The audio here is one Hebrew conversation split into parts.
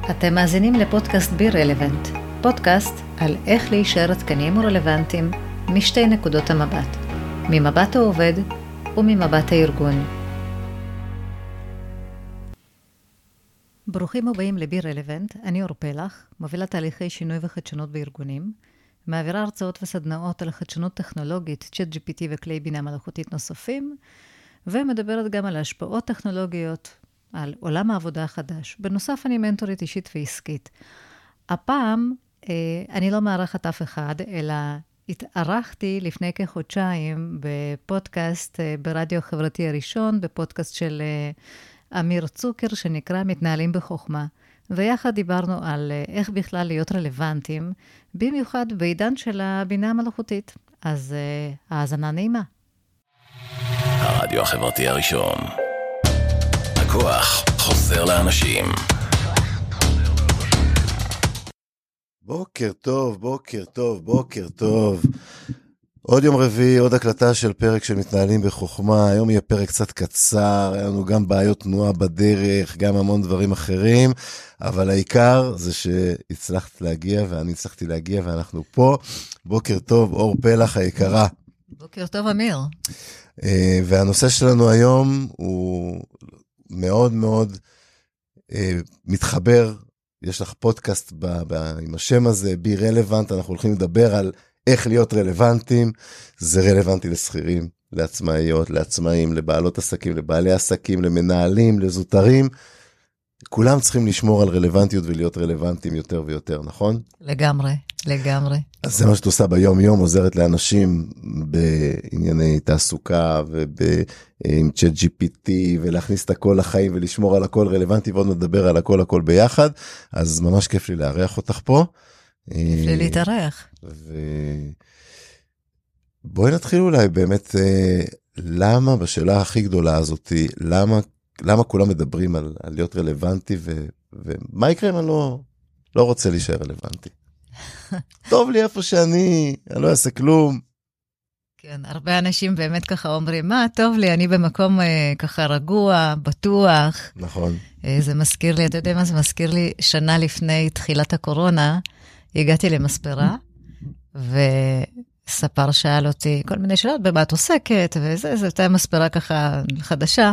אתם מאזינים לפודקאסט בי רלוונט, פודקאסט על איך להישאר עדכניים ורלוונטיים משתי נקודות המבט, ממבט העובד וממבט הארגון. ברוכים הבאים לבי רלוונט, אני אור פלח, מובילה תהליכי שינוי וחדשנות בארגונים, מעבירה הרצאות וסדנאות על החדשנות טכנולוגית, ChatGPT וכלי בינה מלאכותית נוספים, ומדברת גם על השפעות טכנולוגיות, על עולם העבודה החדש. בנוסף, אני מנטורית אישית ועסקית. הפעם, אני לא מארחת אף אחד, אלא התארחתי לפני כחודשיים בפודקאסט ברדיו החברתי הראשון, בפודקאסט של אמיר צוקר, שנקרא מתנהלים בחוכמה. ויחד דיברנו על איך בכלל להיות רלוונטיים, במיוחד בעידן של הבינה המלאכותית. אז האזנה נעימה. הרדיו החברתי הראשון. הכוח חוזר לאנשים. בוקר טוב, בוקר טוב, בוקר טוב. עוד יום רביעי, עוד הקלטה של פרק של מתנהלים בחוכמה. היום יהיה פרק קצת קצר, היה לנו גם בעיות תנועה בדרך, גם המון דברים אחרים, אבל העיקר זה שהצלחת להגיע ואני הצלחתי להגיע ואנחנו פה. בוקר טוב, אור פלח היקרה. בוקר טוב, אמיר. והנושא שלנו היום הוא מאוד מאוד מתחבר. יש לך פודקאסט עם השם הזה, בי רלוונט, אנחנו הולכים לדבר על איך להיות רלוונטיים. זה רלוונטי לשכירים, לעצמאיות, לעצמאים, לבעלות עסקים, לבעלי עסקים, למנהלים, לזוטרים. כולם צריכים לשמור על רלוונטיות ולהיות רלוונטיים יותר ויותר, נכון? לגמרי, לגמרי. אז זה מה שאת עושה ביום יום, עוזרת לאנשים בענייני תעסוקה ועם ChatGPT ולהכניס את הכל לחיים ולשמור על הכל רלוונטי ועוד נדבר על הכל ביחד. אז ממש כיף לי לארח אותך פה. כיף לי להתארח. בואי נתחיל אולי באמת, למה בשאלה הכי גדולה הזאת, למה כולם מדברים על להיות רלוונטי ומה יקרה אם אני לא רוצה להישאר רלוונטי? טוב לי איפה שאני לא אעשה כלום. כן, הרבה אנשים באמת ככה אומרים, מה טוב לי, אני במקום ככה רגוע, בטוח. נכון. זה מזכיר לי, אתה יודע מה זה מזכיר לי? שנה לפני תחילת הקורונה, הגעתי למספרה, וספר שאל אותי כל מיני שאלות, במה את עוסקת, וזה, זו הייתה מספרה ככה חדשה,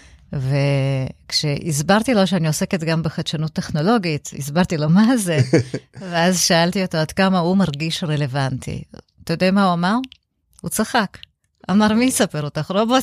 וכשהסברתי לו שאני עוסקת גם בחדשנות טכנולוגית, הסברתי לו מה זה, ואז שאלתי אותו עד כמה הוא מרגיש רלוונטי. אתה יודע מה הוא אמר? הוא צחק. אמר, מי יספר אותך, רובוט?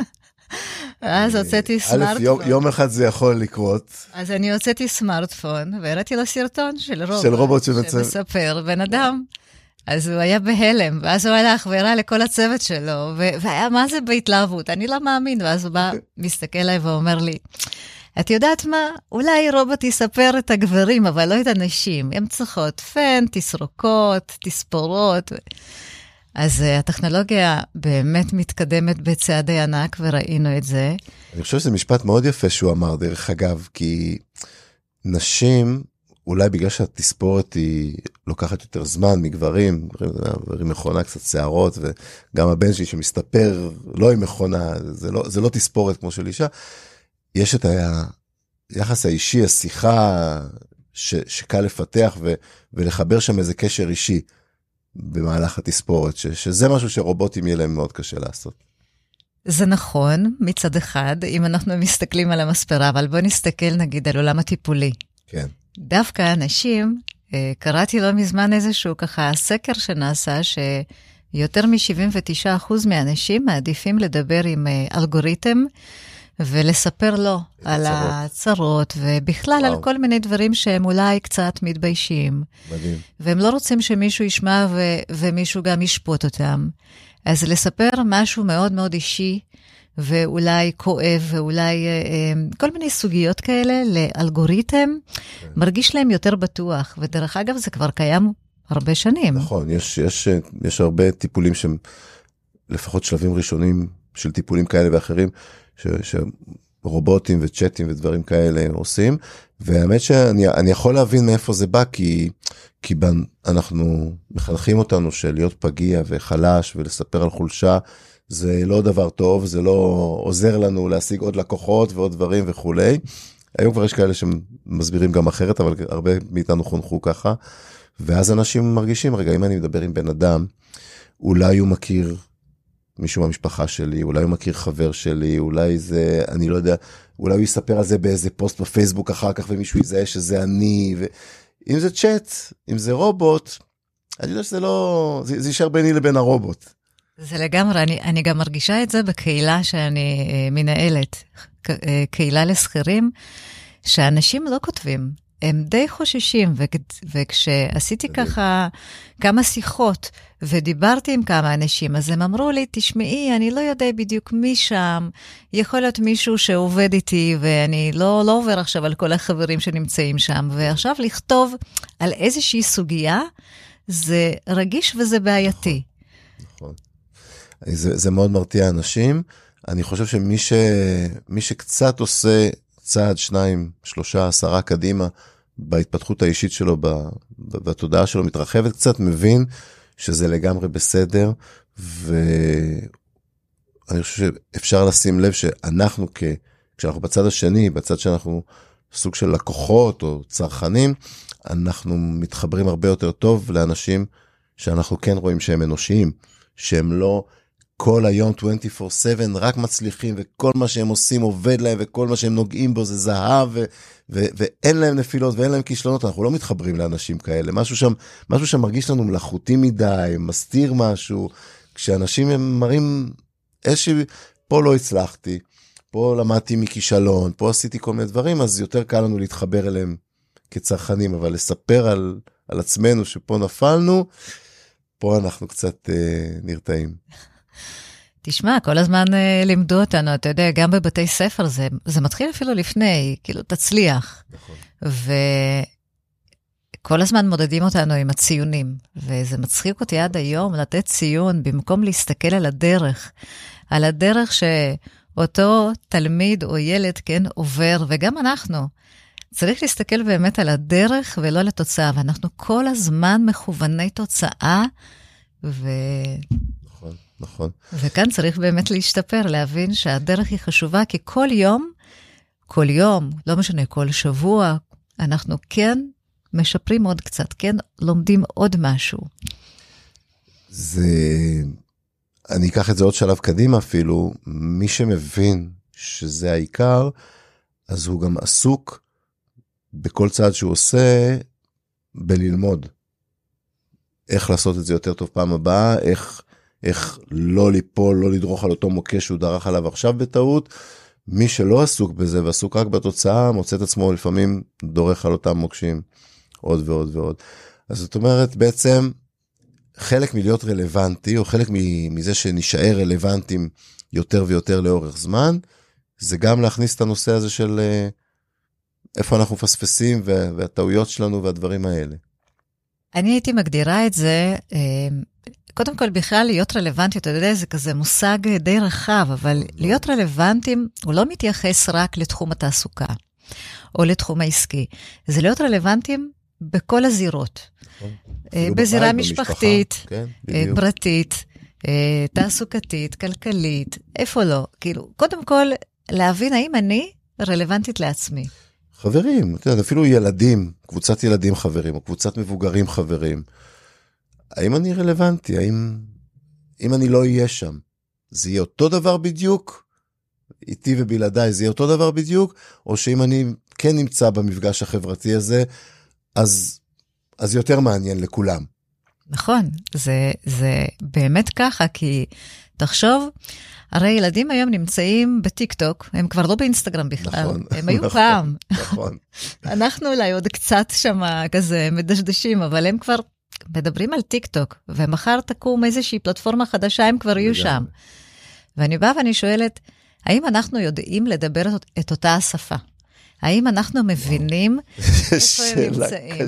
אז הוצאתי סמארטפון. יום אחד זה יכול לקרות. אז אני הוצאתי סמארטפון, והראיתי לו סרטון של רובוט שמספר בן אדם. אז הוא היה בהלם, ואז הוא הלך והראה לכל הצוות שלו, והיה מה זה בהתלהבות, אני לא מאמין, ואז הוא בא, מסתכל עליי ואומר לי, את יודעת מה? אולי רובוט יספר את הגברים, אבל לא את הנשים, הם צריכות פן, תסרוקות, תספורות, אז הטכנולוגיה באמת מתקדמת בצעדי ענק, וראינו את זה. אני חושב שזה משפט מאוד יפה שהוא אמר, דרך אגב, כי נשים, אולי בגלל שהתספורת היא לוקחת יותר זמן מגברים, גברים מכונה קצת שערות, וגם הבן שלי שמסתפר לא עם מכונה, זה לא תספורת כמו של אישה, יש את היחס האישי, השיחה שקל לפתח ולחבר שם איזה קשר אישי במהלך התספורת, שזה משהו שרובוטים יהיה להם מאוד קשה לעשות. זה נכון, מצד אחד, אם אנחנו מסתכלים על המספרה, אבל בוא נסתכל נגיד על עולם הטיפולי. כן. דווקא אנשים, קראתי לא מזמן איזשהו ככה סקר שנעשה, שיותר מ-79% מהאנשים מעדיפים לדבר עם אלגוריתם, ולספר לו על הצרות, ובכלל על כל מיני דברים שהם אולי קצת מתביישים. מדהים. והם לא רוצים שמישהו ישמע ומישהו גם ישפוט אותם. אז לספר משהו מאוד מאוד אישי, ואולי כואב, ואולי כל מיני סוגיות כאלה לאלגוריתם, מרגיש להם יותר בטוח. ודרך אגב, זה כבר קיים הרבה שנים. נכון, יש הרבה טיפולים שהם לפחות שלבים ראשונים של טיפולים כאלה ואחרים, שרובוטים וצ'אטים ודברים כאלה עושים, והאמת שאני יכול להבין מאיפה זה בא, כי אנחנו מחנכים אותנו של להיות פגיע וחלש ולספר על חולשה, זה לא דבר טוב, זה לא עוזר לנו להשיג עוד לקוחות ועוד דברים וכולי, היום כבר יש כאלה שמסבירים גם אחרת, אבל הרבה מאיתנו חונכו ככה, ואז אנשים מרגישים, רגע, אם אני מדבר עם בן אדם, אולי הוא מכיר מישהו מהמשפחה שלי, אולי הוא מכיר חבר שלי, אולי זה, אני לא יודע, אולי הוא יספר על זה באיזה פוסט בפייסבוק אחר כך, ומישהו יזהה שזה אני, אם זה צ'אט, אם זה רובוט, אני יודע שזה לא, זה יישאר ביני לבין הרובוט. זה לגמרי, אני גם מרגישה את זה בקהילה שאני מנהלת, קהילה לסחירים, שאנשים לא כותבים, הם די חוששים, וכשעשיתי ככה כמה שיחות, ודיברתי עם כמה אנשים, אז הם אמרו לי, תשמעי, אני לא יודע בדיוק מי שם, יכול להיות מישהו שעובד איתי, ואני לא עובר עכשיו על כל החברים שנמצאים שם, ועכשיו לכתוב על איזושהי סוגיה, זה רגיש וזה בעייתי. נכון. זה מאוד מרתיע אנשים. אני חושב שמי שקצת עושה צעד 2, 3, 10 קדימה, בהתפתחות האישית שלו, בתודעה שלו מתרחבת קצת, מבין שזה לגמרי בסדר, ואני חושב שאפשר לשים לב שאנחנו כשאנחנו בצד השני, בצד שאנחנו סוג של לקוחות או צרכנים, אנחנו מתחברים הרבה יותר טוב לאנשים שאנחנו כן רואים שהם אנושיים, שהם לא כל היום 24/7 רק מצליחים, וכל מה שהם עושים עובד להם, וכל מה שהם נוגעים בו זה זהב, ואין להם נפילות ואין להם כישלונות. אנחנו לא מתחברים לאנשים כאלה. משהו שם מרגיש לנו מלאכותי מדי, מסתיר משהו, כשאנשים הם מראים פה לא הצלחתי, פה למדתי מכישלון, פה עשיתי כל מיני דברים, אז יותר קל לנו להתחבר אליהם כצרכנים, אבל לספר על עצמנו שפה נפלנו, פה אנחנו קצת נרתעים. תשמע, כל הזמן לימדו אותנו, אתה יודע, גם בבתי ספר זה מתחיל אפילו לפני, כאילו תצליח. נכון. וכל הזמן מודדים אותנו עם הציונים, וזה מצחיק אותי עד היום לתת ציון, במקום להסתכל על הדרך שאותו תלמיד או ילד, כן, עובר, וגם אנחנו. צריך להסתכל באמת על הדרך ולא על התוצאה, ואנחנו כל הזמן מכווני תוצאה, נכון. וכאן צריך באמת להשתפר, להבין שהדרך היא חשובה, כי כל יום, לא משנה, כל שבוע, אנחנו כן משפרים עוד קצת, כן לומדים עוד משהו. אני אקח את זה עוד שלב קדימה אפילו, מי שמבין שזה העיקר, אז הוא גם עסוק בכל צעד שהוא עושה, בללמוד. איך לעשות את זה יותר טוב פעם הבאה, איך לא ליפול, לא לדרוך על אותו מוקש שהוא דרך עליו עכשיו בטעות. מי שלא עסוק בזה ועסוק רק בתוצאה, מוצא את עצמו לפעמים דורך על אותם מוקשים עוד ועוד ועוד. אז זאת אומרת, בעצם חלק מלהיות רלוונטי, או חלק מזה שנשאר רלוונטיים יותר ויותר לאורך זמן, זה גם להכניס את הנושא הזה של איפה אנחנו מפספסים והטעויות שלנו והדברים האלה. אני הייתי מגדירה את זה, קודם כל בכלל להיות רלוונטי, אתה יודע, זה כזה מושג די רחב, אבל להיות רלוונטיים, הוא לא מתייחס רק לתחום התעסוקה, או לתחום העסקי. זה להיות רלוונטיים בכל הזירות. בזירה משפחתית, פרטית, תעסוקתית, כלכלית, איפה לא. כאילו, קודם כל, להבין האם אני רלוונטית לעצמי. חברים, אתה יודע, אפילו ילדים, קבוצת ילדים חברים, או קבוצת מבוגרים חברים. האם אני רלוונטי? אם אני לא אהיה שם, זה יהיה אותו דבר בדיוק? איתי ובלעדיי זה יהיה אותו דבר בדיוק? או שאם אני כן נמצא במפגש החברתי הזה, אז יותר מעניין לכולם. נכון, זה באמת ככה, כי תחשוב, הרי ילדים היום נמצאים בטיק-טוק, הם כבר לא באינסטגרם בכלל, נכון, הם היו פעם. נכון. אנחנו אולי עוד קצת שמה כזה מדשדשים, אבל הם כבר מדברים על טיק-טוק, ומחר תקום איזושהי פלטפורמה חדשה, הם כבר יהיו שם. ואני באה ואני שואלת, האם אנחנו יודעים לדבר את אותה השפה? האם אנחנו מבינים איפה הם נמצאים?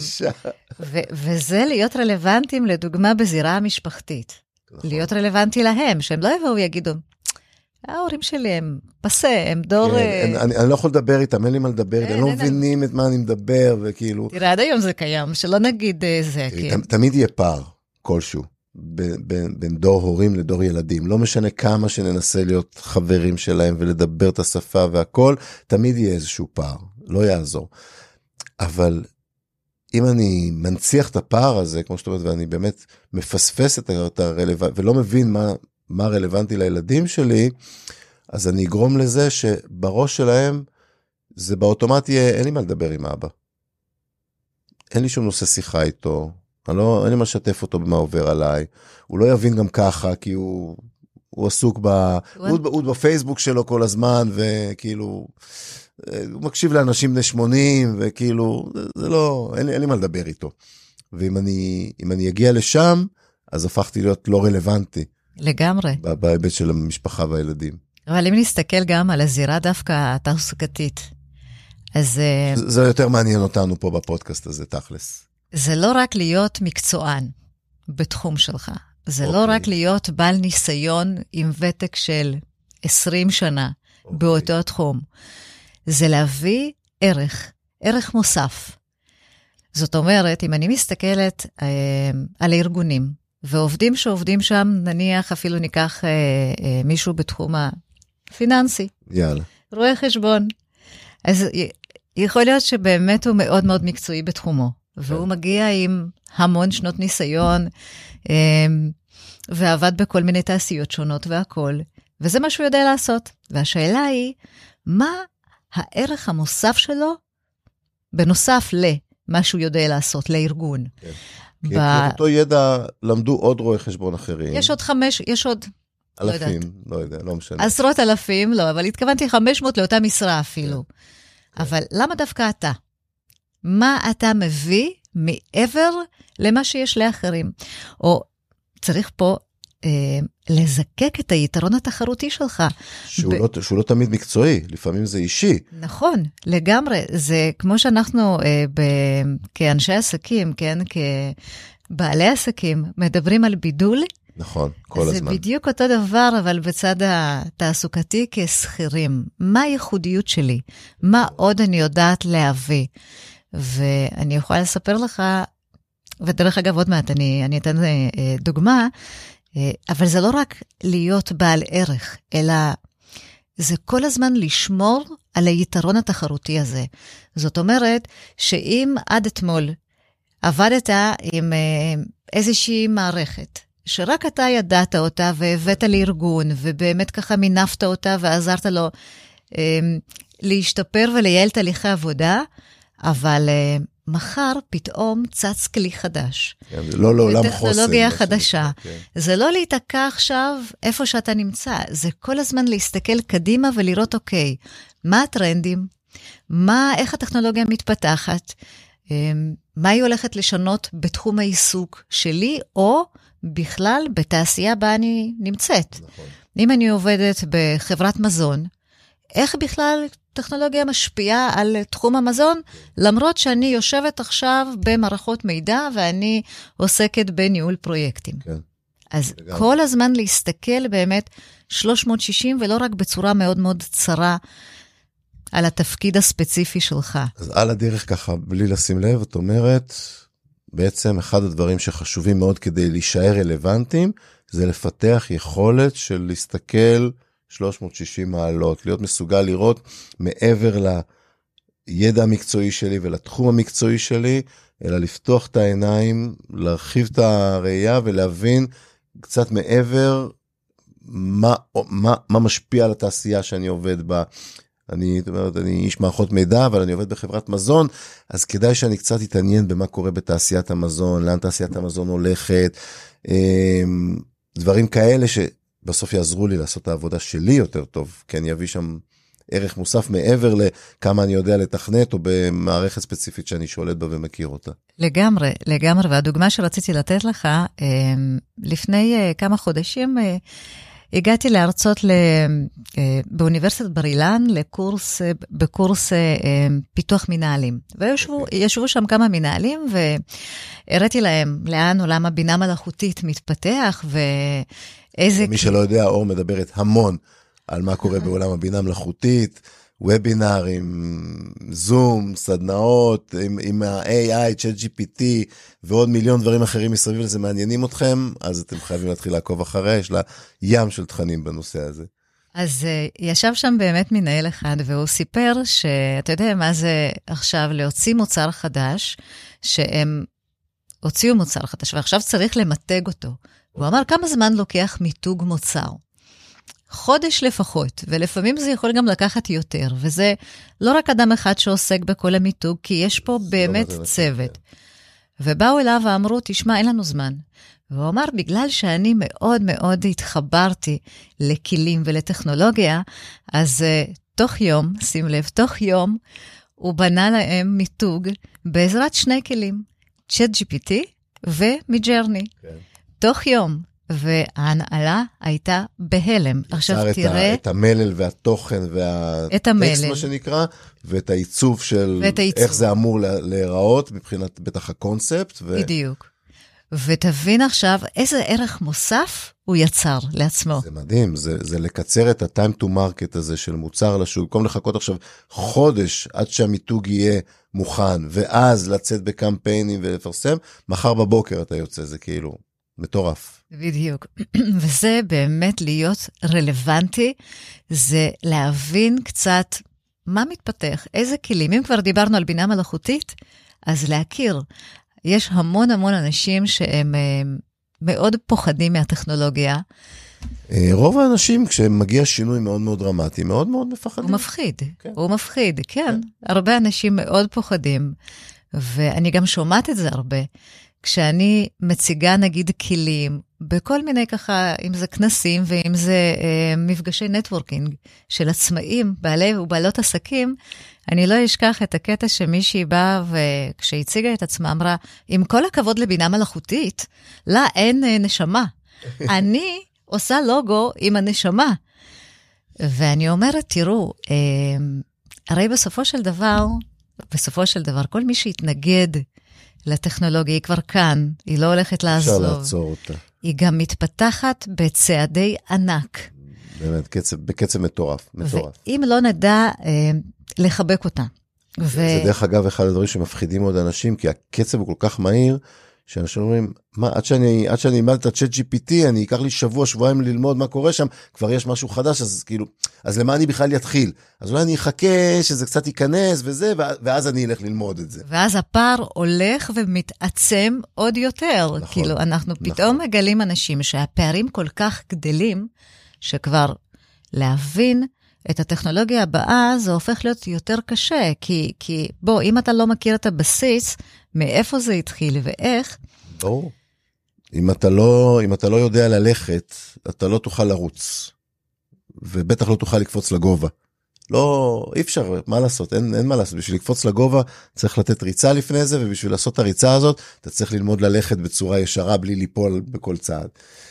וזה להיות רלוונטיים, לדוגמה, בזירה המשפחתית. להיות רלוונטי להם, שהם לא יבואו ויגידו, ההורים שלי הם פסה, הם דור... אני לא יכול לדבר איתם, אין לי מה לדבר, הם לא מבינים את מה אני מדבר, וכאילו... תראה, עד היום זה קיים, שלא נגיד זה. תמיד יהיה פער כלשהו, בין דור הורים לדור ילדים. לא משנה כמה שננסה להיות חברים שלהם, ולדבר את השפה והכל, תמיד יהיה איזשהו פער. לא יעזור. אבל אם אני מנציח את הפער הזה, כמו שאת אומרת, ואני באמת מפספס את הרלוונטי, ולא מבין מה רלוונטי לילדים שלי, אז אני אגרום לזה שבראש שלהם, זה באוטומטי, אין לי מה לדבר עם אבא. אין לי שום נושא שיחה איתו, אין לי מה לשתף אותו במה עובר עליי, הוא לא יבין גם ככה, כי הוא עסוק הוא בפייסבוק שלו כל הזמן, וכאילו, הוא מקשיב לאנשים בני 80, וכאילו, זה לא, אין לי מה לדבר איתו. ואם אני אגיע לשם, אז הפכתי להיות לא רלוונטי. לגמרי. בהיבט של המשפחה והילדים. אבל אם נסתכל גם על הזירה דווקא התעסוקתית, אז... זה יותר מעניין אותנו פה בפודקאסט הזה, תכלס. זה לא רק להיות מקצוען בתחום שלך. זה לא רק להיות בעל ניסיון עם ותק של 20 שנה באותו תחום. זה להביא ערך מוסף. זאת אומרת, אם אני מסתכלת על הארגונים, ועובדים שעובדים שם, נניח אפילו ניקח מישהו בתחום הפיננסי. יאללה. רואה חשבון. אז יכול להיות שבאמת הוא מאוד מאוד מקצועי בתחומו, והוא מגיע עם המון שנות ניסיון, ועבד בכל מיני תעשיות שונות והכל, וזה מה שהוא יודע לעשות. והשאלה היא, מה הערך המוסף שלו, בנוסף למה שהוא יודע לעשות, לארגון? כן. כי את אותו ידע למדו עוד רואי חשבון אחרים. יש עוד אלפים, לא יודע, לא משנה. עשרות אלפים, לא, אבל התכוונתי 500 לאותה משרה אפילו. כן. אבל למה דווקא אתה? מה אתה מביא מעבר למה שיש לאחרים? או צריך פה לזקק את היתרון התחרותי שלך. שהוא לא תמיד מקצועי, לפעמים זה אישי. נכון, לגמרי. זה כמו שאנחנו כאנשי עסקים, כן, כבעלי עסקים, מדברים על בידול. נכון, כל הזמן. זה בדיוק אותו דבר, אבל בצד התעסוקתי כשכירים. מה הייחודיות שלי? מה עוד אני יודעת להביא? ואני יכולה לספר לך, ודרך אגב עוד מעט אני אתן דוגמה, אבל זה לא רק להיות בעל ערך, אלא זה כל הזמן לשמור על היתרון התחרותי הזה. זאת אומרת, שאם עד אתמול עבדת עם איזושהי מערכת, שרק אתה ידעת אותה והבאת לארגון, ובאמת ככה מינפת אותה ועזרת לו להשתפר ולייעל תהליכי עבודה, אבל מחר פתאום צץ כלי חדש. לא לעולם חוסן. וטכנולוגיה חדשה. זה לא להתעקע עכשיו איפה שאתה נמצא, זה כל הזמן להסתכל קדימה ולראות, אוקיי, מה הטרנדים? איך הטכנולוגיה מתפתחת? מה היא הולכת לשנות בתחום העיסוק שלי, או בכלל בתעשייה בה אני נמצאת? נכון. אם אני עובדת בחברת מזון, איך בכלל טכנולוגיה משפיעה על תחום המזון, למרות שאני יושבת עכשיו במערכות מידע, ואני עוסקת בניהול פרויקטים. כן. אז כל הזמן להסתכל באמת 360, ולא רק בצורה מאוד מאוד צרה, על התפקיד הספציפי שלך. אז על הדרך ככה, בלי לשים לב, את אומרת, בעצם אחד הדברים שחשובים מאוד כדי להישאר רלוונטיים, זה לפתח יכולת של להסתכל 360 מעלות, להיות מסוגל לראות מעבר לידע המקצועי שלי ולתחום המקצועי שלי, אלא לפתוח את העיניים, להרחיב את הראייה ולהבין קצת מעבר מה משפיע על התעשייה שאני עובד בה. אני איש מערכות מידע, אבל אני עובד בחברת מזון, אז כדאי שאני קצת אתעניין במה קורה בתעשיית המזון, לאן תעשיית המזון הולכת, דברים כאלה שבסוף יעזרו לי לעשות את העבודה שלי יותר טוב, כי אני אביא שם ערך מוסף מעבר לכמה אני יודע לתכנת, או במערכת ספציפית שאני שולט בה ומכיר אותה. לגמרי, והדוגמה שרציתי לתת לך, לפני כמה חודשים, הגעתי להרצות באוניברסיטת בר אילן, בקורס פיתוח מנהלים. וישבו שם כמה מנהלים, והראיתי להם לאן עולם הבינה מלאכותית מתפתח, ואיזה... מי שלא יודע, אור מדברת המון על מה קורה בעולם הבינה מלאכותית, וובינרים, זום, סדנאות, עם ה-AI, ChatGPT, ועוד מיליון דברים אחרים מסביב לזה מעניינים אתכם, אז אתם חייבים להתחיל לעקוב אחריה, יש לה ים של תכנים בנושא הזה. אז ישב שם באמת מנהל אחד, והוא סיפר שאתה יודע מה זה עכשיו להוציא מוצר חדש, שהם הוציאו מוצר חדש, ועכשיו צריך למתג אותו. הוא אמר, כמה זמן לוקח מיתוג מוצר? חודש לפחות, ולפעמים זה יכול גם לקחת יותר, וזה לא רק אדם אחד שעוסק בכל המיתוג, כי יש פה באמת צוות. ובאו אליו ואמרו, תשמע, אין לנו זמן. והוא אמר, בגלל שאני מאוד מאוד התחברתי לכלים ולטכנולוגיה, אז תוך יום, שים לב, תוך יום, הוא בנה להם מיתוג בעזרת שני כלים, ChatGPT ומידג'רני. כן. תוך יום. וההנהלה הייתה בהלם. עכשיו תראה... את המלל והתוכן והטקסט, מה שנקרא, ואת העיצוב של איך זה אמור להיראות, מבחינת בטח הקונספט. בדיוק. ותבין עכשיו איזה ערך מוסף הוא יצר לעצמו. זה מדהים, זה לקצר את ה-time to market הזה של מוצר לשוק, במקום לחכות עכשיו חודש עד שהמיתוג יהיה מוכן, ואז לצאת בקמפיינים ולפרסם, מחר בבוקר אתה יוצא, זה כאילו מטורף. בדיוק, וזה באמת להיות רלוונטי, זה להבין קצת מה מתפתח, איזה כלים, אם כבר דיברנו על בינה מלאכותית, אז להכיר, יש המון המון אנשים שהם מאוד פוחדים מהטכנולוגיה. רוב האנשים, כשמגיע שינוי מאוד מאוד דרמטי, מאוד מאוד מפחדים. הוא מפחיד, כן. הוא מפחיד, כן. הרבה אנשים מאוד פוחדים, ואני גם שומעת את זה הרבה. כשאני מציגה נגיד כלים, בכל מיני ככה, אם זה כנסים ואם זה מפגשי נטוורקינג של עצמאים, בעלי ובעלות עסקים, אני לא אשכח את הקטע שמישהי באה וכשהציגה את עצמה אמרה, עם כל הכבוד לבינה מלאכותית, לה אין נשמה. אני עושה לוגו עם הנשמה. ואני אומרת, תראו, הרי בסופו של דבר, כל מי שהתנגד לטכנולוגיה היא כבר כאן, היא לא הולכת לעזוב. אפשר לעצור אותה. היא גם מתפתחת בצעדי ענק. באמת, בקצב מטורף. ואם לא נדע לחבק אותה. זה דרך אגב אחד הדברים שמפחידים עוד אנשים, כי הקצב הוא כל כך מהיר, שאנשים אומרים, עד שאני אלמד את ה-ChatGPT, אני אקח לי שבועיים ללמוד מה קורה שם, כבר יש משהו חדש, אז למה אני בכלל יתחיל? אז אולי אני אחכה שזה קצת ייכנס וזה, ואז אני אלך ללמוד את זה. ואז הפער הולך ומתעצם עוד יותר. נכון, כאילו, אנחנו פתאום מגלים אנשים שהפערים כל כך גדלים, שכבר להבין את הטכנולוגיה הבאה, זה הופך להיות יותר קשה, כי בוא, אם אתה לא מכיר את הבסיס, מאיפה זה התחיל ואיך? ברור. אם אתה לא יודע ללכת, אתה לא תוכל לרוץ. ובטח לא תוכל לקפוץ לגובה. לא, אי אפשר, מה לעשות? אין מה לעשות. בשביל לקפוץ לגובה, צריך לתת ריצה לפני זה, ובשביל לעשות את הריצה הזאת, אתה צריך ללמוד ללכת בצורה ישרה, בלי ליפול בכל צעד.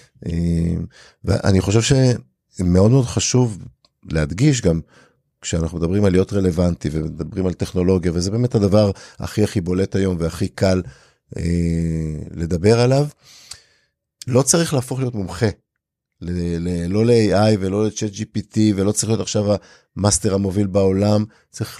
ואני חושב שמאוד מאוד חשוב להדגיש גם, כשאנחנו מדברים על להיות רלוונטי, ומדברים על טכנולוגיה, וזה באמת הדבר הכי בולט היום, והכי קל לדבר עליו, לא צריך להפוך להיות מומחה, לא ל-AI ולא ל-ChatGPT, ולא צריך להיות עכשיו המאסטר המוביל בעולם, צריך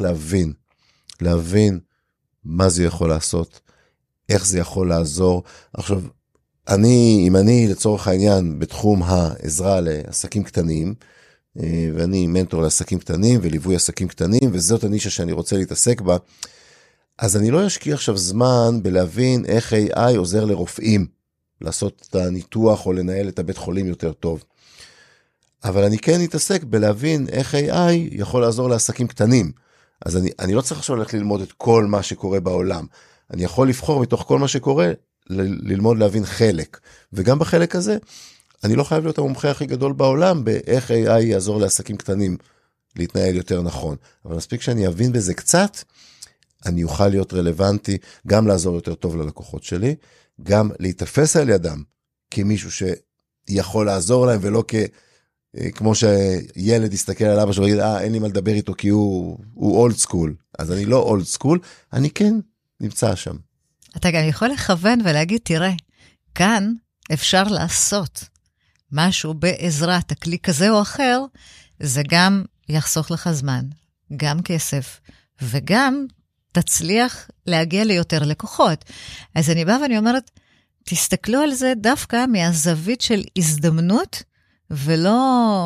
להבין מה זה יכול לעשות, איך זה יכול לעזור. עכשיו, אם אני לצורך העניין בתחום העזרה לעסקים קטנים, ואני מנטור לעסקים קטנים וליווי עסקים קטנים, וזאת הנישה שאני רוצה להתעסק בה, אז אני לא אשקיע עכשיו זמן בלהבין איך AI עוזר לרופאים, לעשות את הניתוח או לנהל את הבית חולים יותר טוב. אבל אני כן אתעסק בלהבין איך AI יכול לעזור לעסקים קטנים. אז אני לא צריך עכשיו ללכת ללמוד את כל מה שקורה בעולם. אני יכול לבחור מתוך כל מה שקורה, ללמוד להבין חלק. וגם בחלק הזה, אני לא חייב להיות המומחה הכי גדול בעולם, באיך AI יעזור לעסקים קטנים להתנהל יותר נכון. אבל מספיק שאני אבין בזה קצת, אני אוכל להיות רלוונטי, גם לעזור יותר טוב ללקוחות שלי, גם להתאפס על ידם, כמישהו שיכול לעזור להם, ולא כמו שילד יסתכל על אבא שלו, ויגיד, אין לי מה לדבר איתו, כי הוא אולד סקול. אז אני לא אולד סקול, אני כן נמצא שם. אתה גם יכול לכוון ולהגיד, תראה, כאן אפשר לעשות משהו בעזרת הכלי כזה או אחר, זה גם יחסוך לך זמן, גם כסף, וגם תצליח להגיע ליותר לקוחות. אז אני באה ואני אומרת, תסתכלו על זה דווקא מהזווית של הזדמנות, ולא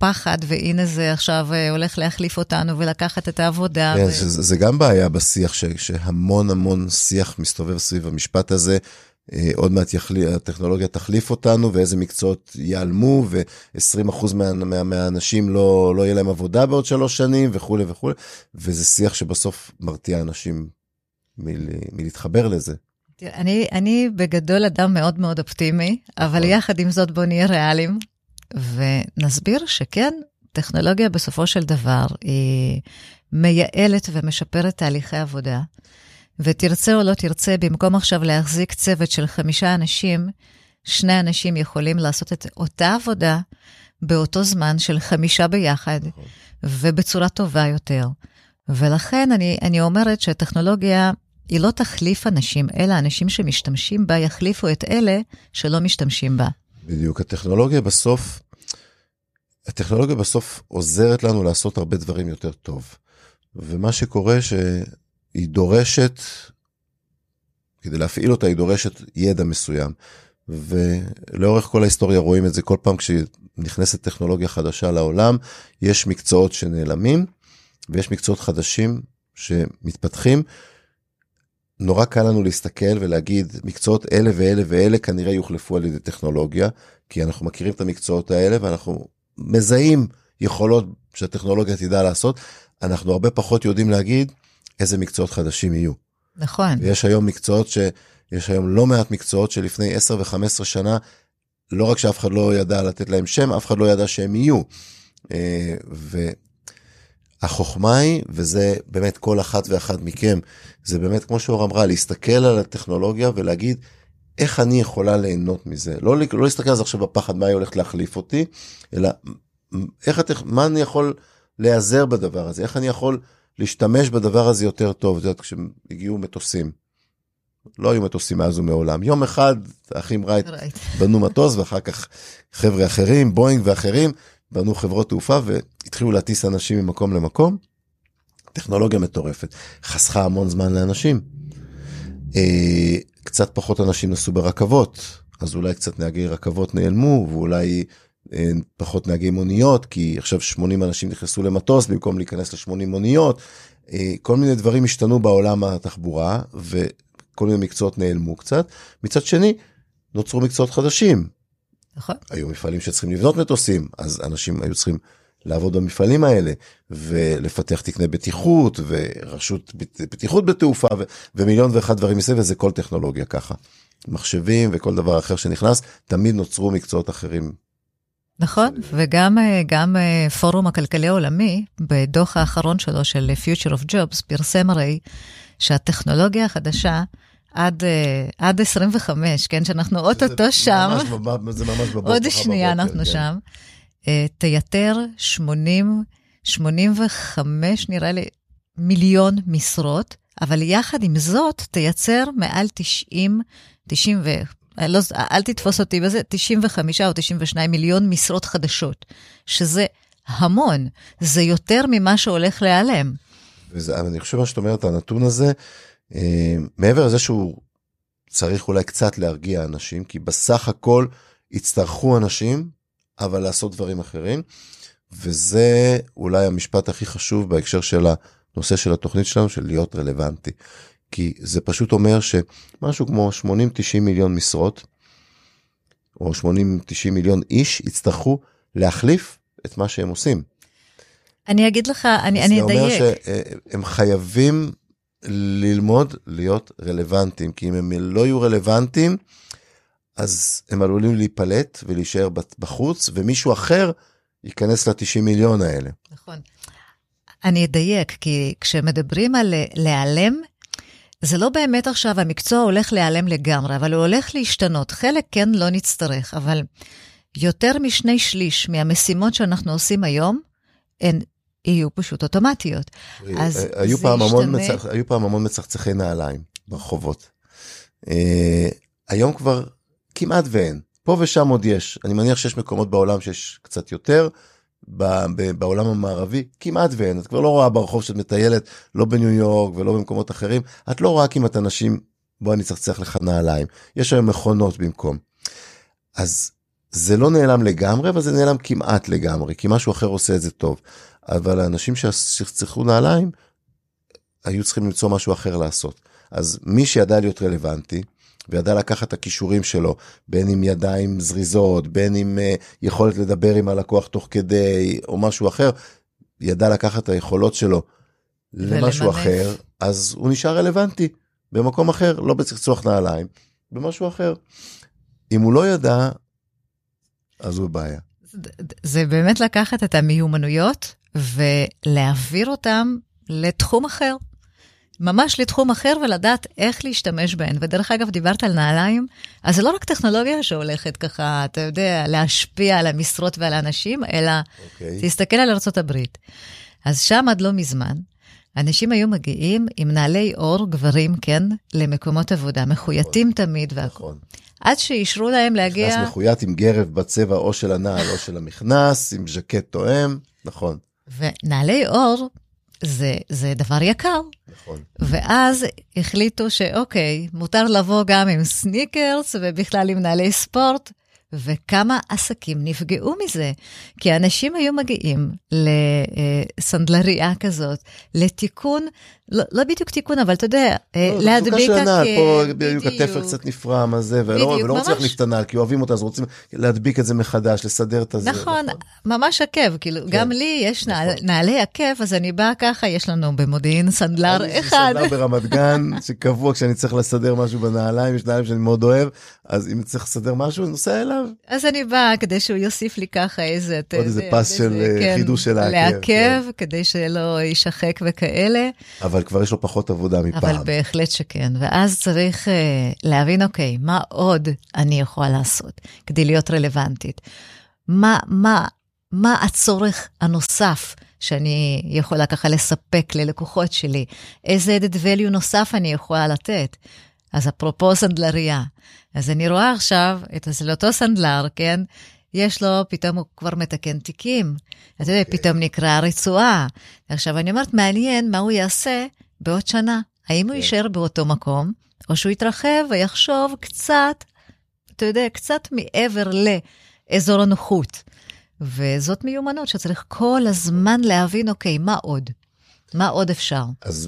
פחד, והנה זה עכשיו הולך להחליף אותנו ולקחת את העבודה. כן, זה גם בעיה בשיח, שהמון המון שיח מסתובב סביב המשפט הזה, עוד מעט הטכנולוגיה תחליף אותנו, ואיזה מקצועות ייעלמו, ו20% מהאנשים לא יהיה להם עבודה בעוד 3 שנים, וכו' וכו', וזה שיח שבסוף מרתיע אנשים מלהתחבר לזה. אני בגדול אדם מאוד מאוד אופטימי, אבל יחד עם זאת בוא נהיה ריאליים, ונסביר שכן, טכנולוגיה בסופו של דבר היא מייעלת ומשפרת תהליכי עבודה, ותרצה או לא תרצה, במקום עכשיו להחזיק צוות של 5 אנשים, 2 אנשים יכולים לעשות את אותה עבודה באותו זמן של 5 ביחד, ובצורה טובה יותר. ולכן אני אומרת שהטכנולוגיה היא לא תחליף אנשים, אלא אנשים שמשתמשים בה יחליפו את אלה שלא משתמשים בה. בדיוק, הטכנולוגיה בסוף עוזרת לנו לעשות הרבה דברים יותר טוב. ומה שקורה שהיא דורשת, כדי להפעיל אותה, היא דורשת ידע מסוים. ולאורך כל ההיסטוריה רואים את זה, כל פעם כשנכנסת טכנולוגיה חדשה לעולם, יש מקצועות שנעלמים, ויש מקצועות חדשים שמתפתחים. נורא קל לנו להסתכל ולהגיד, מקצועות אלה ואלה ואלה כנראה יוחלפו על ידי טכנולוגיה, כי אנחנו מכירים את המקצועות האלה, ואנחנו מזהים יכולות שהטכנולוגיה תדע לעשות, אנחנו הרבה פחות יודעים להגיד איזה מקצועות חדשים יהיו. נכון. ויש היום יש היום לא מעט מקצועות שלפני 10 ו-15 שנה, לא רק שאף אחד לא ידע לתת להם שם, אף אחד לא ידע שהם יהיו. החוכמה היא, וזה באמת כל אחת ואחד מכם, זה באמת כמו שאור אמרה, להסתכל על הטכנולוגיה ולהגיד, איך אני יכולה ליהנות מזה? לא להסתכל על זה עכשיו בפחד, מה היא הולכת להחליף אותי, אלא מה אני יכול להיעזר בדבר הזה? איך אני יכול להשתמש בדבר הזה יותר טוב? זאת אומרת, כשהגיעו מטוסים, לא היו מטוסים מאז ומעולם. יום אחד, האחים רייט בנו מטוס, ואחר כך חבר'ה אחרים, בוינג ואחרים, בנו חברות תעופה, והתחילו להטיס אנשים ממקום למקום. טכנולוגיה מטורפת. חסכה המון זמן לאנשים. קצת פחות אנשים נסעו ברכבות, אז אולי קצת נהגי רכבות נעלמו, ואולי פחות נהגי מוניות, כי עכשיו 80 אנשים נכנסו למטוס, במקום להיכנס ל80 מוניות. כל מיני דברים השתנו בעולם התחבורה, וכל מיני מקצועות נעלמו קצת. מצד שני, נוצרו מקצועות חדשים. נכון. היו מפעלים שצריכים לבנות מטוסים, אז אנשים היו צריכים לעבוד במפעלים האלה, ולפתח תקני בטיחות, ורשות בטיחות בתעופה, ומיליון ואחד דברים מסביב, וזה כל טכנולוגיה ככה. מחשבים וכל דבר אחר שנכנס, תמיד נוצרו מקצועות אחרים. נכון, וגם פורום הכלכלי העולמי, בדוח האחרון שלו של Future of Jobs, פרסם הרי שהטכנולוגיה החדשה, עד 25, כן, שאנחנו אוטוטו שם, זה ממש בבוקר. עוד שנייה אנחנו שם, תייתר 85 נראה לי מיליון משרות, אבל יחד עם זאת תייצר מעל 90, אל תתפוס אותי בזה, 95 או 92 מיליון משרות חדשות, שזה המון, זה יותר ממה שהולך להיעלם. אני חושב מה שאת אומרת, הנתון הזה, מעבר לזה שהוא צריך אולי קצת להרגיע אנשים, כי בסך הכל יצטרכו אנשים, אבל לעשות דברים אחרים, וזה אולי המשפט הכי חשוב בהקשר של הנושא של התוכנית שלנו, של להיות רלוונטי. כי זה פשוט אומר שמשהו כמו 80-90 מיליון משרות, או 80-90 מיליון איש, יצטרכו להחליף את מה שהם עושים. אני אגיד לך, אני אדייק. זה אומר שהם חייבים ללמוד להיות רלוונטיים, כי אם הם לא יהיו רלוונטיים, אז הם עלולים להיפלט ולהישאר בחוץ, ומישהו אחר ייכנס ל-90 מיליון האלה. נכון. אני אדייק, כי כשמדברים על להיעלם, זה לא באמת עכשיו, המקצוע הולך להיעלם לגמרי, אבל הוא הולך להשתנות. חלק כן לא נצטרך, אבל יותר מ2/3 מהמשימות שאנחנו עושים היום, הן יהיו פשוט אוטומטיות. היו פעם המון מצחצחי נעליים ברחובות. היום כבר כמעט ואין. פה ושם עוד יש. אני מניח שיש מקומות בעולם שיש קצת יותר, בעולם המערבי, כמעט ואין. את כבר לא רואה ברחוב שאת מטיילת, לא בניו יורק ולא במקומות אחרים. את לא רואה כמעט אנשים, בוא אני צחצח לך נעליים. יש היום מכונות במקום. אז זה לא נעלם לגמרי, אבל זה נעלם כמעט לגמרי, כי משהו אחר עושה את זה טוב. אבל האנשים שצריכו נעליים, היו צריכים למצוא משהו אחר לעשות. אז מי שידע להיות רלוונטי, וידע לקחת את הכישורים שלו, בין עם ידיים זריזות, בין עם יכולת לדבר עם הלקוח תוך כדי, או משהו אחר, ידע לקחת את היכולות שלו למשהו אחר, אז הוא נשאר רלוונטי במקום אחר, לא בצחצוח נעליים, במשהו אחר. אם הוא לא ידע, אז הוא בעיה. זה באמת לקחת את המיומנויות, ולהעביר אותם לתחום אחר. ממש לתחום אחר, ולדעת איך להשתמש בהן. ודרך אגב, דיברת על נעליים, אז זה לא רק טכנולוגיה שהולכת ככה, אתה יודע, להשפיע על המשרות ועל האנשים, אלא תסתכל על ארצות הברית. אז שם עד לא מזמן, אנשים היו מגיעים עם נעלי אור גברים, כן, למקומות עבודה, מחויטים תמיד והכל. עד שישרו להם להגיע... נכנס מחויט עם גרב בצבע או של הנעל או של המכנס, עם ז'קט תואם, נכון. ונעלי אור זה דבר יקר. נכון. ואז החליטו שאוקיי, מותר לבוא גם עם סניקרס ובכלל עם נעלי ספורט, וכמה עסקים נפגעו מזה, כי אנשים היו מגיעים לסנדלריה כזאת, לתיקון, לא בדיוק תיקון, אבל אתה יודע, להדביק עקב, פה התפר קצת נפרם הזה, ולא רוצים להחליף את הנעל, כי אוהבים אותה, אז רוצים להדביק את זה מחדש, לסדר את זה. נכון, ממש עקב, כאילו, גם לי יש נעלי עקב, אז אני באה ככה, יש לנו במודיעין סנדלר אחד. סנדלר ברמת גן, שקבוע כשאני צריך לסדר משהו בנעליים, יש נעליים שאני מאוד אוהב, אז אם צריך לסדר משהו, אני נוסע אליו. אז אני באה כדי שהוא יוסיף לי ככה איזה... עוד איזה פס של חידוש של העקב. לעקב, כדי שלא יישחק וכאלה. אבל כבר יש לו פחות עבודה מפעם. אבל בהחלט שכן. ואז צריך להבין, אוקיי, מה עוד אני יכולה לעשות כדי להיות רלוונטית? מה הצורך הנוסף שאני יכולה ככה לספק ללקוחות שלי? איזה added value נוסף אני יכולה לתת? אז אפרופו סנדלריה, אז אני רואה עכשיו את אותו סנדלר, כן? יש לו, פתאום הוא כבר מתקן תיקים. אתה יודע, פתאום נקרא רצועה. עכשיו, אני אומרת, מעניין מה הוא יעשה בעוד שנה. האם הוא יישאר באותו מקום, או שהוא יתרחב ויחשוב קצת, אתה יודע, קצת מעבר לאזור הנוחות. וזאת מיומנות שצריך כל הזמן להבין, אוקיי, מה עוד? מה עוד אפשר? אז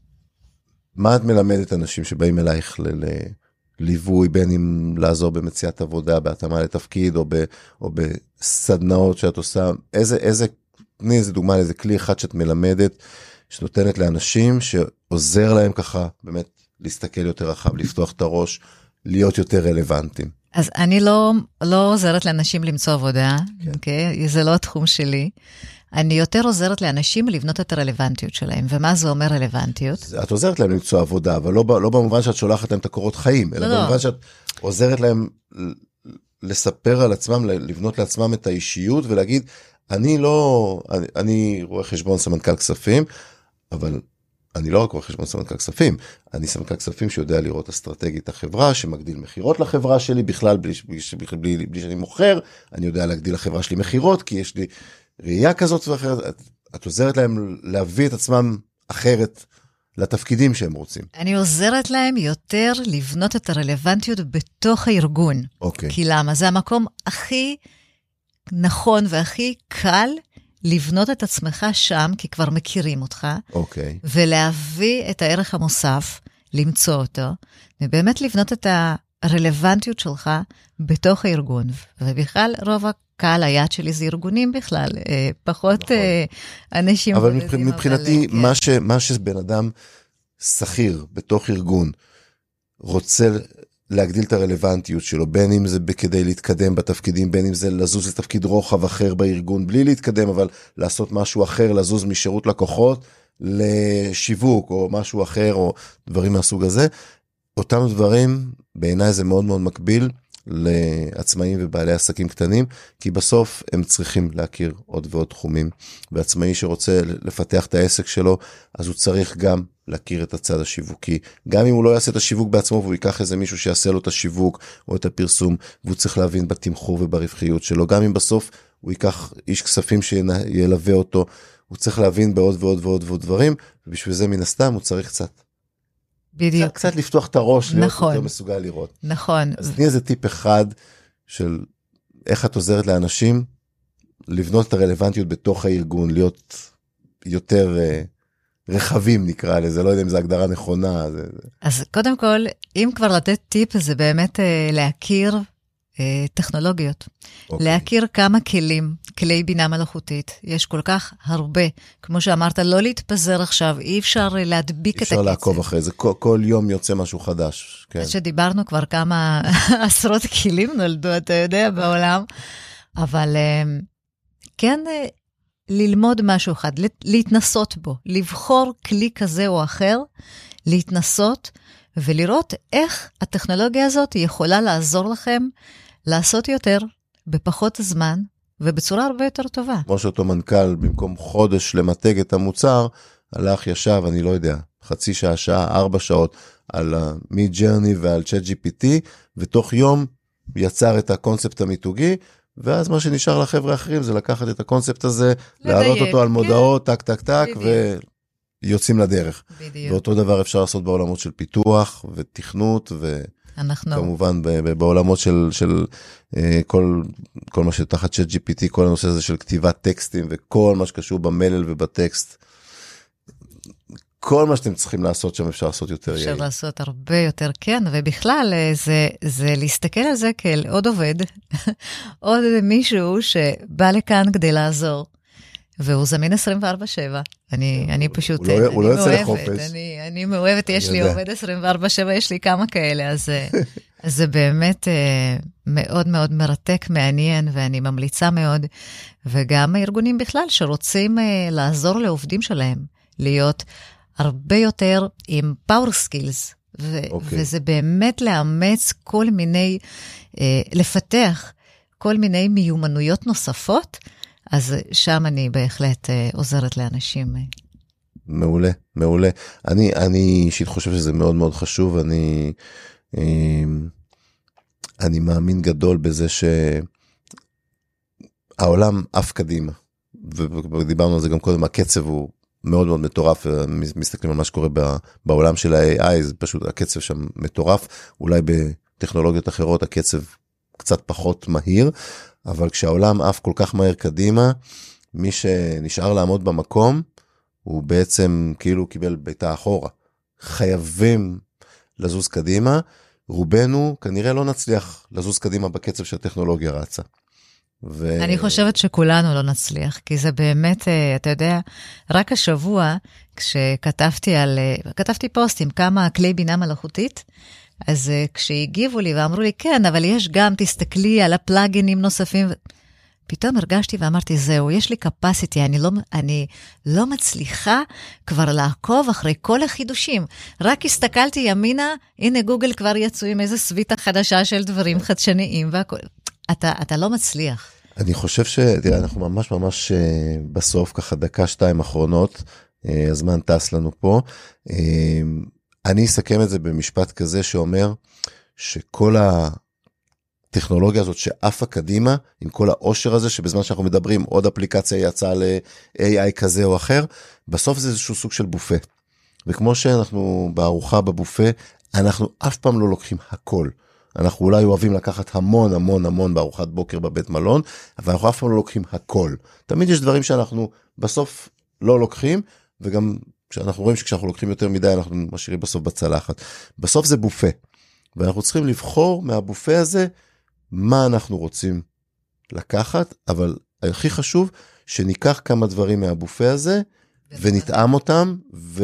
מה את מלמדת אנשים שבאים אלייך ליווי, בין אם לעזור במציאת עבודה, בהתאמה לתפקיד, או בסדנאות שאת עושה, תני איזה דוגמה, איזה כלי אחד שאת מלמדת, שנותנת לאנשים, שעוזר להם ככה, באמת, להסתכל יותר רחב, לפתוח את הראש, להיות יותר רלוונטיים. אז אני לא עוזרת לאנשים למצוא עבודה, אוקיי? זה לא התחום שלי. אני יותר עוזרת לאנשים לבנות את הרלוונטיות שלהם. ומה זה אומר רלוונטיות? את עוזרת להם למצוא עבודה, אבל לא במובן שאת שולחת להם את הקורות חיים, אלא במובן שאת עוזרת להם לספר על עצמם, לבנות לעצמם את האישיות, ולהגיד, אני רואה חשבון סמנכ"ל כספים, אבל אני לא רק רואה חשבון סמנכ"ל כספים, אני סמנכ"ל כספים שיודע לראות אסטרטגית החברה, שמגדיל מחירות לחברה שלי, בכלל בלי שאני מוכר, אני יודע להגדיל לחברה שלי מחירות, כי יש לי ראייה כזאת ואחרת, את עוזרת להם להביא את עצמם אחרת לתפקידים שהם רוצים. אני עוזרת להם יותר לבנות את הרלוונטיות בתוך הארגון. אוקיי. כי למה? זה המקום הכי נכון והכי קל לבנות את עצמך שם, כי כבר מכירים אותך. אוקיי. ולהביא את הערך המוסף, למצוא אותו, ובאמת לבנות את הרלוונטיות שלך בתוך הארגון. ובכלל רוב הקהל היעד שלי זה ארגונים בכלל, פחות נכון. אנשים אבל בודדים. מבחינתי, אבל מה שבן אדם שכיר בתוך ארגון, רוצה להגדיל את הרלוונטיות שלו, בין אם זה כדי להתקדם בתפקידים, בין אם זה לזוז לתפקיד רוחב אחר בארגון, בלי להתקדם, אבל לעשות משהו אחר, לזוז משירות לקוחות, לשיווק או משהו אחר, או דברים מהסוג הזה. אותם דברים, בעיניי זה מאוד מאוד מקביל, לעצמאים ובעלי עסקים קטנים, כי בסוף הם צריכים להכיר עוד ועוד תחומים, ועצמאי שרוצה לפתח את העסק שלו, אז הוא צריך גם להכיר את הצד השיווקי, גם אם הוא לא יעשה את השיווק בעצמו, והוא ייקח איזה מישהו שיעשה לו את השיווק, או את הפרסום, והוא צריך להבין בתמחור וברווחיות שלו, גם אם בסוף הוא ייקח איש כספים שילווה אותו, הוא צריך להבין בעוד ועוד ועוד ועוד דברים, ובשביל זה מן הסתם הוא צריך בדיוק. קצת לפתוח את הראש, נכון. להיות יותר מסוגל לראות. נכון. אז תני איזה טיפ אחד של איך את עוזרת לאנשים לבנות את הרלוונטיות בתוך הארגון, להיות יותר רחבים נקרא לזה, לא יודע אם זו הגדרה נכונה. אז קודם כל, אם כבר לתת טיפ, זה באמת להכיר טכנולוגיות. להכיר כמה כלים, כלי בינה מלאכותית. יש כל כך הרבה. כמו שאמרת, לא להתפזר עכשיו, אי אפשר להדביק את הקצב. אפשר לעקוב אחרי זה, כל יום יוצא משהו חדש. אז שדיברנו כבר כמה עשרות כלים נולדו, אתה יודע, בעולם. אבל כן ללמוד משהו אחד, להתנסות בו, לבחור כלי כזה או אחר, להתנסות ולראות איך הטכנולוגיה הזאת יכולה לעזור לכם לעשות יותר בפחות זמן ובצורה הרבה יותר טובה. כמו שאותו מנכ"ל, במקום חודש למתג את המוצר, הלך ישב, אני לא יודע, חצי שעה, שעה, 4 שעות, על מי-ג'רני ועל צ'אט GPT, ותוך יום יצר את הקונספט המיתוגי, ואז מה שנשאר לחבר'ה האחרים זה לקחת את הקונספט הזה, להעלות אותו על מודעות, טק, טק, טק, ויוצאים לדרך. בדיוק. ואותו דבר אפשר לעשות בעולמות של פיתוח ותכנות, וכמובן בעולמות של כל מה שתחת צ'אט GPT, כל הנושא הזה של כתיבת טקסטים, וכל מה שקשור במלל ובטקסט. כל מה שאתם צריכים לעשות שם אפשר לעשות יותר יעיל. אפשר לעשות הרבה יותר, כן, ובכלל זה להסתכל על זה כאל עוד עובד, עוד מישהו שבא לכאן כדי לעזור, והוא זמין 24/7. אני פשוט, הוא לא יוצא לחופש. אני מאוהבת, יש לי עובד 24/7, יש לי כמה כאלה, אז זה באמת מאוד מאוד מרתק, מעניין, ואני ממליצה מאוד, וגם הארגונים בכלל שרוצים לעזור לעובדים שלהם, להיות הרבה יותר עם power skills, וזה באמת לאמץ כל מיני, לפתח כל מיני מיומנויות נוספות, אז שם אני בהחלט עוזרת לאנשים. מעולה, מעולה. אני אישית חושב שזה מאוד מאוד חשוב, אני מאמין גדול בזה שהעולם אף קדימה, ודיברנו על זה גם קודם, הקצב הוא מאוד מאוד מטורף, מסתכלים על מה שקורה בעולם של ה-AI, זה פשוט הקצב שם מטורף, אולי בטכנולוגיות אחרות הקצב קצת פחות מהיר, אבל כשהעולם אף כל כך מהר קדימה, מי שנשאר לעמוד במקום, הוא בעצם כאילו קיבל ביתה אחורה. חייבים לזוז קדימה, רובנו כנראה לא נצליח לזוז קדימה בקצב שהטכנולוגיה רצה. אני חושבת שכולנו לא נצליח, כי זה באמת, אתה יודע, רק השבוע, כתבתי פוסט עם כמה כלי בינה מלאכותית, אז כשהגיבו לי ואמרו לי, כן, אבל יש גם, תסתכלי על הפלאגינים נוספים, פתאום הרגשתי ואמרתי, זהו, יש לי capacity, אני לא מצליחה כבר לעקוב אחרי כל החידושים. רק הסתכלתי ימינה, הנה גוגל כבר יצאו עם איזו סוויטה חדשה של דברים חדשניים, והכל. אתה לא מצליח. אני חושב תראה, אנחנו ממש ממש בסוף, ככה 1-2 אחרונות, הזמן טס לנו פה. אני אסכם את זה במשפט כזה שאומר, שכל הטכנולוגיה הזאת שעפה קדימה, עם כל העושר הזה, שבזמן שאנחנו מדברים, עוד אפליקציה יצאה ל-AI כזה או אחר, בסוף זה איזשהו סוג של בופה. וכמו שאנחנו בארוחה בבופה, אנחנו אף פעם לא לוקחים הכל. אנחנו אולי אוהבים לקחת המון המון המון בארוחת בוקר בבית מלון, אבל אנחנו אף פעם לא לוקחים הכל. תמיד יש דברים שאנחנו בסוף לא לוקחים, וגם כשאנחנו רואים שכשאנחנו לוקחים יותר מדי, אנחנו משאירים בסוף בצלחת. בסוף זה בופה, ואנחנו צריכים לבחור מהבופה הזה, מה אנחנו רוצים לקחת, אבל הכי חשוב, שניקח כמה דברים מהבופה הזה, ונטעם אותם,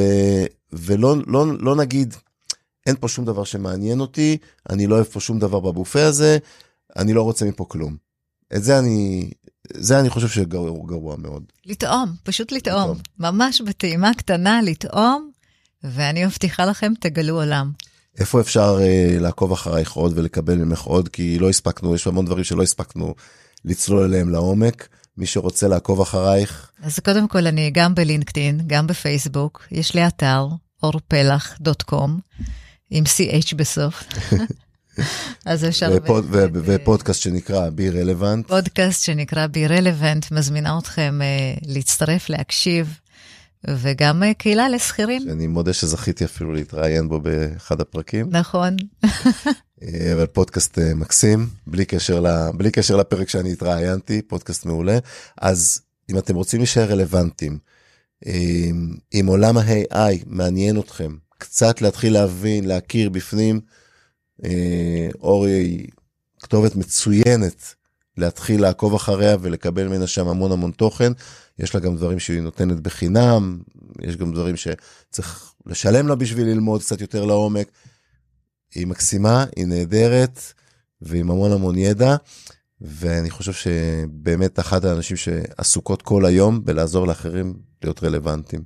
ולא נגיד, אין פה שום דבר שמעניין אותי, אני לא אוהב פה שום דבר בבופה הזה, אני לא רוצה מפה כלום. את זה אני חושב שגרוע מאוד. לטעום, פשוט לטעום. ממש בטעימה קטנה לטעום, ואני מבטיחה לכם, תגלו עולם. איפה אפשר לעקוב אחרייך עוד ולקבל ממך עוד, כי לא הספקנו, יש המון דברים שלא הספקנו לצלול אליהם לעומק. מי שרוצה לעקוב אחרייך. אז קודם כל אני גם בלינקדאין, גם בפייסבוק, יש לי אתר, orpelach.com, עם CH בסוף. אז אפשר... ופודקאסט שנקרא Be Relevant. פודקאסט שנקרא Be Relevant, מזמינה אתכם להצטרף, להקשיב, וגם קהילה לסחירים. שאני מודה שזכיתי אפילו להתראיין בו באחד הפרקים. נכון. אבל פודקאסט מקסים, בלי קשר לפרק שאני התראיינתי, פודקאסט מעולה. אז אם אתם רוצים להישאר רלוונטיים, אם עולם ה-AI מעניין אתכם, קצת להתחיל להבין, להכיר בפנים, אורי היא כתובת מצוינת, להתחיל לעקוב אחריה ולקבל ממנה שם המון תוכן. יש לה גם דברים שהיא נותנת בחינם, יש גם דברים שצריך לשלם לה בשביל ללמוד קצת יותר לעומק. היא מקסימה, היא נהדרת, ועם המון ידע, ואני חושב שבאמת אחת האנשים שעסוקות כל היום בלעזור לאחרים להיות רלוונטיים.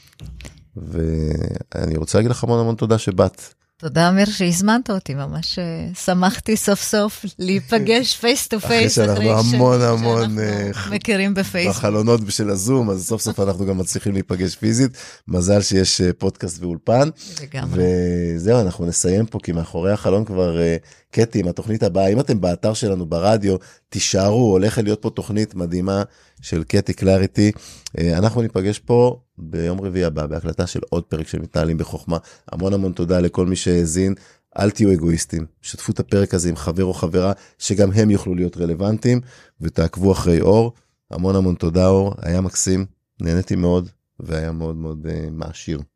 ואני רוצה להגיד לך המון תודה שבאת. תודה אמיר שהזמנת אותי, ממש שמחתי סוף סוף להיפגש פייס טו פייס. אחרי שאנחנו המון מכירים בפייסבוק. בחלונות בשל הזום, אז סוף סוף אנחנו גם מצליחים להיפגש פיזית. מזל שיש פודקאסט ואולפן. וזהו, אנחנו נסיים פה, כי מאחורי החלון כבר קטי, עם התוכנית הבאה. אם אתם באתר שלנו ברדיו, תישארו, הולך להיות פה תוכנית מדהימה של קטי קלריטי. אנחנו ניפגש פה ביום רביעי הבא, בהקלטה של עוד פרק של מתנהלים בחוכמה. המון תודה לכל מי שהאזין. אל תהיו אגואיסטים, שתפו את הפרק הזה עם חבר או חברה, שגם הם יוכלו להיות רלוונטיים, ותעקבו אחרי אור. המון תודה אור, היה מקסים, נהניתי מאוד, והיה מאוד מעשיר.